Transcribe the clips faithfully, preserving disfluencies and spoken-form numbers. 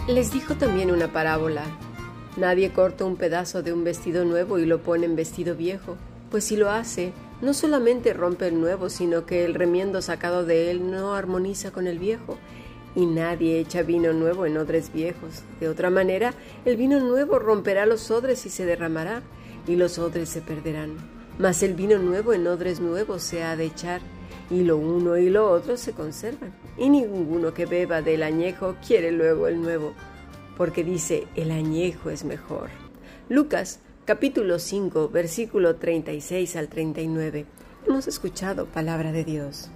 Les dijo también una parábola. Nadie corta un pedazo de un vestido nuevo y lo pone en vestido viejo, pues si lo hace, no solamente rompe el nuevo, sino que el remiendo sacado de él no armoniza con el viejo. Y nadie echa vino nuevo en odres viejos. De otra manera, el vino nuevo romperá los odres y se derramará, y los odres se perderán. Mas el vino nuevo en odres nuevos se ha de echar, y lo uno y lo otro se conservan. Y ninguno que beba del añejo quiere luego el nuevo, porque dice, el añejo es mejor. Lucas, capítulo cinco, versículo treinta y seis al treinta y nueve. Hemos escuchado palabra de Dios.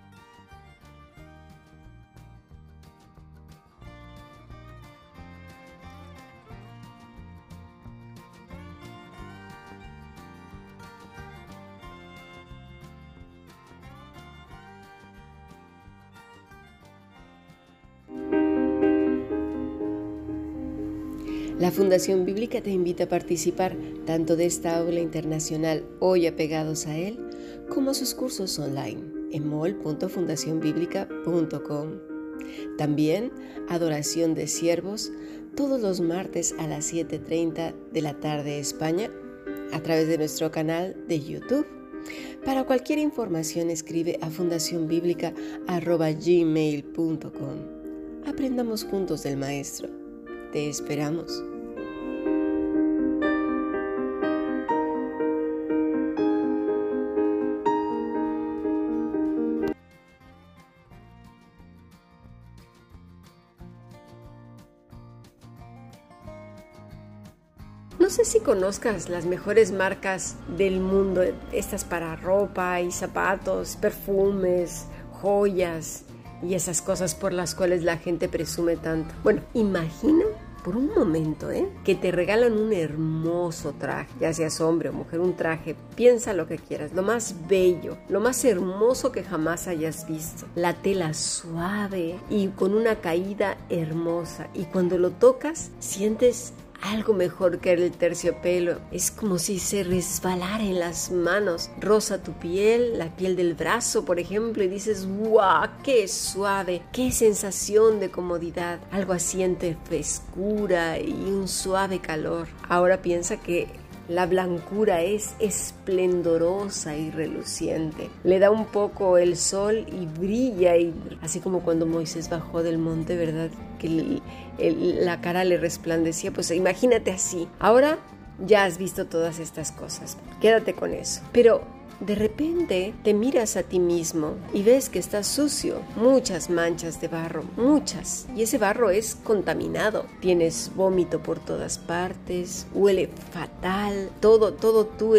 La Fundación Bíblica te invita a participar tanto de esta aula internacional Hoy Apegados a Él, como a sus cursos online en mol punto fundación bíblica punto com. También Adoración de Siervos todos los martes a las siete treinta de la tarde España a través de nuestro canal de YouTube. Para cualquier información escribe a fundación bíblica arroba gmail punto com. Aprendamos juntos del Maestro. Te esperamos. No sé si conozcas las mejores marcas del mundo, estas para ropa y zapatos, perfumes, joyas y esas cosas por las cuales la gente presume tanto. Bueno, imagina por un momento, ¿eh? que te regalan un hermoso traje, ya seas hombre o mujer, un traje, piensa lo que quieras, lo más bello, lo más hermoso que jamás hayas visto, la tela suave y con una caída hermosa, y cuando lo tocas sientes algo mejor que el terciopelo. Es como si se resbalara en las manos. Roza tu piel, la piel del brazo, por ejemplo, y dices, ¡guau! ¡Qué suave! ¡Qué sensación de comodidad! Algo así entre frescura y un suave calor. Ahora piensa que la blancura es esplendorosa y reluciente. Le da un poco el sol y brilla, y así como cuando Moisés bajó del monte, ¿verdad? Que el, el, la cara le resplandecía. Pues imagínate así. Ahora ya has visto todas estas cosas. Quédate con eso. Pero de repente te miras a ti mismo y ves que estás sucio, muchas manchas de barro, muchas, y ese barro es contaminado, tienes vómito por todas partes, huele fatal, todo, todo tú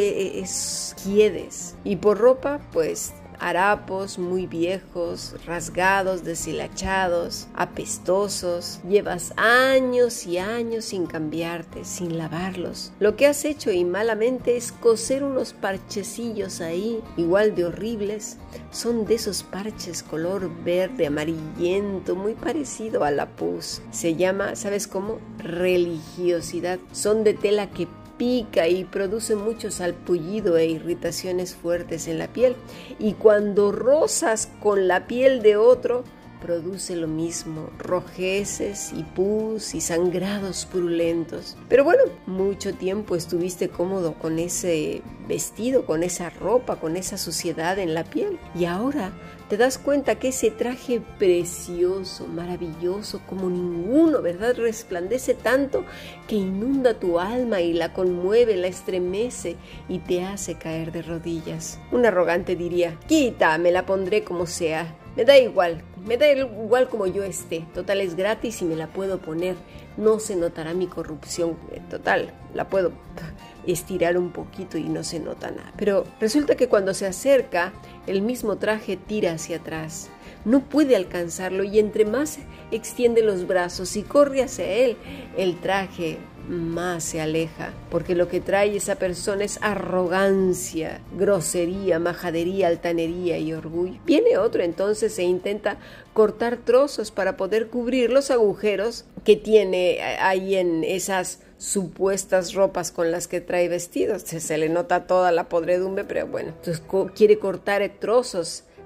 es quiedes, y por ropa pues harapos muy viejos, rasgados, deshilachados, apestosos. Llevas años y años sin cambiarte, sin lavarlos. Lo que has hecho y malamente es coser unos parchecillos ahí, igual de horribles. Son de esos parches color verde amarillento, muy parecido a la pus. Se llama, ¿sabes cómo? Religiosidad. Son de tela que pica y produce mucho salpullido e irritaciones fuertes en la piel, y cuando rozas con la piel de otro produce lo mismo, rojeces y pus y sangrados purulentos. Pero bueno, mucho tiempo estuviste cómodo con ese vestido, con esa ropa, con esa suciedad en la piel, y ahora te das cuenta que ese traje precioso, maravilloso como ninguno, ¿verdad? Resplandece tanto que inunda tu alma y la conmueve, la estremece y te hace caer de rodillas. Un arrogante diría, quita, me la pondré como sea, me da igual, me da igual como yo esté, total es gratis y me la puedo poner, no se notará mi corrupción, total, la puedo estirar un poquito y no se nota nada. Pero resulta que cuando se acerca, el mismo traje tira hacia atrás, no puede alcanzarlo, y entre más extiende los brazos y corre hacia él, el traje más se aleja, porque lo que trae esa persona es arrogancia, grosería, majadería, altanería y orgullo. Viene otro entonces e intenta cortar trozos para poder cubrir los agujeros que tiene ahí en esas supuestas ropas con las que trae vestidos. Se, se le nota toda la podredumbre, pero bueno, entonces co- quiere cortar trozos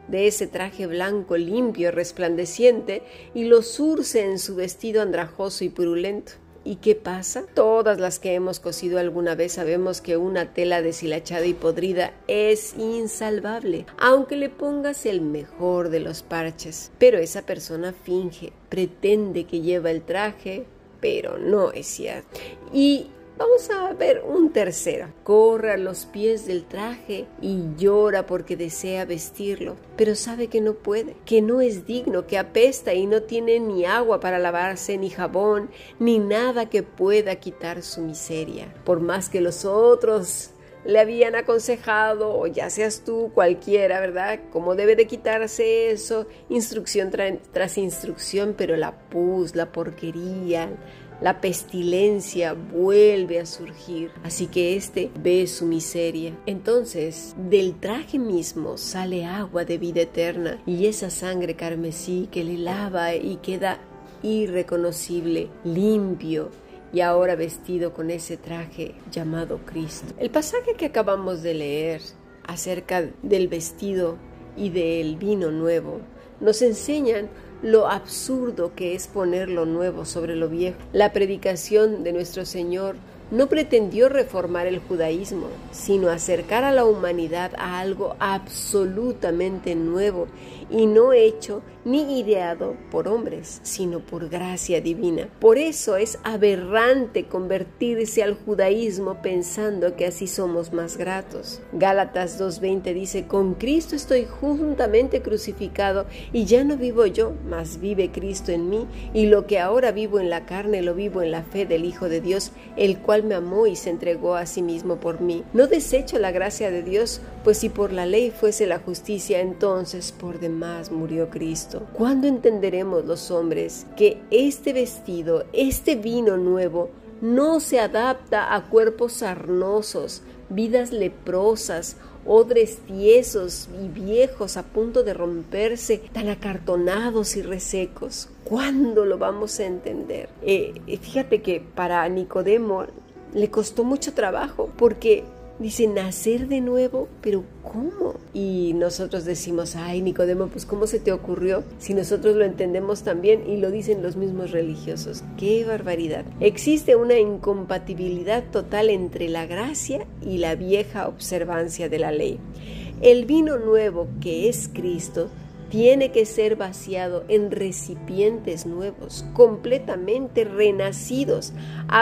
de ese traje blanco limpio, resplandeciente, y lo zurce en su vestido andrajoso y purulento. ¿Y qué pasa? Todas las que hemos cosido alguna vez sabemos que una tela deshilachada y podrida es insalvable, aunque le pongas el mejor de los parches. Pero esa persona finge, pretende que lleva el traje, pero no es cierto. Y vamos a ver un tercero. Corre a los pies del traje y llora porque desea vestirlo, pero sabe que no puede, que no es digno, que apesta y no tiene ni agua para lavarse, ni jabón, ni nada que pueda quitar su miseria. Por más que los otros le habían aconsejado, o ya seas tú, cualquiera, ¿verdad?, cómo debe de quitarse eso, instrucción tra- tras instrucción, pero la pus, la porquería, la pestilencia vuelve a surgir, así que éste ve su miseria. Entonces, del traje mismo sale agua de vida eterna, y esa sangre carmesí que le lava y queda irreconocible, limpio, y ahora vestido con ese traje llamado Cristo. El pasaje que acabamos de leer acerca del vestido y del vino nuevo nos enseñan lo absurdo que es poner lo nuevo sobre lo viejo. La predicación de nuestro Señor no pretendió reformar el judaísmo, sino acercar a la humanidad a algo absolutamente nuevo y no hecho ni ideado por hombres, sino por gracia divina. Por eso es aberrante convertirse al judaísmo pensando que así somos más gratos. Gálatas dos veinte dice: con Cristo estoy juntamente crucificado, y ya no vivo yo, mas vive Cristo en mí, y lo que ahora vivo en la carne lo vivo en la fe del Hijo de Dios, el cual me amó y se entregó a sí mismo por mí. No desecho la gracia de Dios, pues si por la ley fuese la justicia, entonces por demás murió Cristo. ¿Cuándo entenderemos los hombres que este vestido, este vino nuevo, no se adapta a cuerpos sarnosos, vidas leprosas, odres tiesos y viejos a punto de romperse, tan acartonados y resecos? ¿Cuándo lo vamos a entender? Eh, fíjate que para Nicodemo le costó mucho trabajo, porque dice nacer de nuevo, pero ¿cómo? Y nosotros decimos: ay, Nicodemo, pues ¿cómo se te ocurrió? Si nosotros lo entendemos también, y lo dicen los mismos religiosos. ¡Qué barbaridad! Existe una incompatibilidad total entre la gracia y la vieja observancia de la ley. El vino nuevo, que es Cristo, tiene que ser vaciado en recipientes nuevos, completamente renacidos,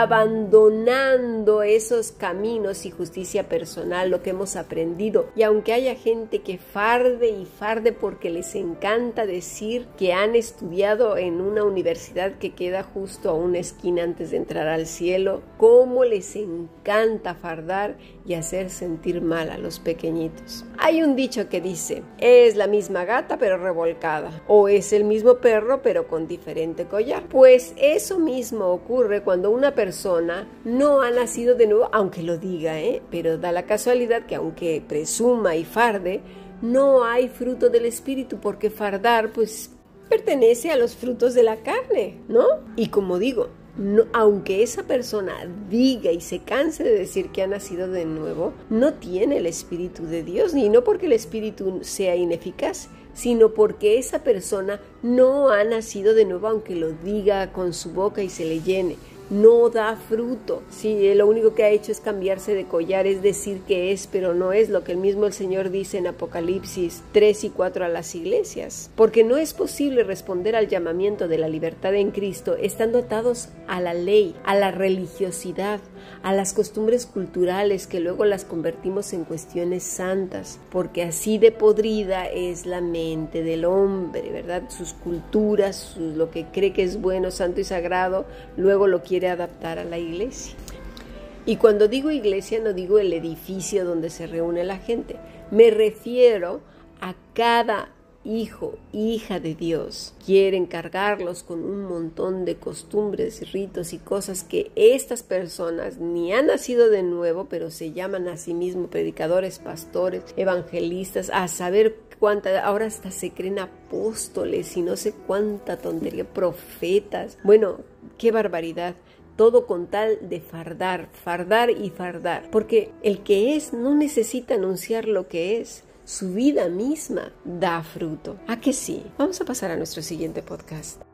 abandonando esos caminos y justicia personal, lo que hemos aprendido. Y aunque haya gente que farde y farde porque les encanta decir que han estudiado en una universidad que queda justo a una esquina antes de entrar al cielo, cómo les encanta fardar y hacer sentir mal a los pequeñitos. Hay un dicho que dice: es la misma gata pero revolcada, o es el mismo perro pero con diferente collar. Pues eso mismo ocurre cuando una persona no ha nacido de nuevo, aunque lo diga, ¿eh? pero da la casualidad que aunque presuma y farde, no hay fruto del Espíritu, porque fardar pues pertenece a los frutos de la carne, ¿no? Y como digo, No, aunque esa persona diga y se canse de decir que ha nacido de nuevo, no tiene el Espíritu de Dios, y no porque el Espíritu sea ineficaz, sino porque esa persona no ha nacido de nuevo, aunque lo diga con su boca y se le llene. No da fruto. Sí, lo único que ha hecho es cambiarse de collar, es decir que es, pero no es, lo que el mismo el Señor dice en Apocalipsis tres y cuatro a las iglesias. Porque no es posible responder al llamamiento de la libertad en Cristo estando atados a la ley, a la religiosidad, a las costumbres culturales que luego las convertimos en cuestiones santas, porque así de podrida es la mente del hombre, ¿verdad? Sus culturas, sus, lo que cree que es bueno, santo y sagrado, luego lo quiere adaptar a la iglesia. Y cuando digo iglesia no digo el edificio donde se reúne la gente, me refiero a cada hijo, hija de Dios. Quieren cargarlos con un montón de costumbres, ritos y cosas que estas personas ni han nacido de nuevo, pero se llaman a sí mismos predicadores, pastores, evangelistas, a saber cuánta, ahora hasta se creen apóstoles y no sé cuánta tontería, profetas. Bueno, qué barbaridad. Todo con tal de fardar, fardar y fardar. Porque el que es no necesita anunciar lo que es, su vida misma da fruto. ¿A que sí? Vamos a pasar a nuestro siguiente podcast.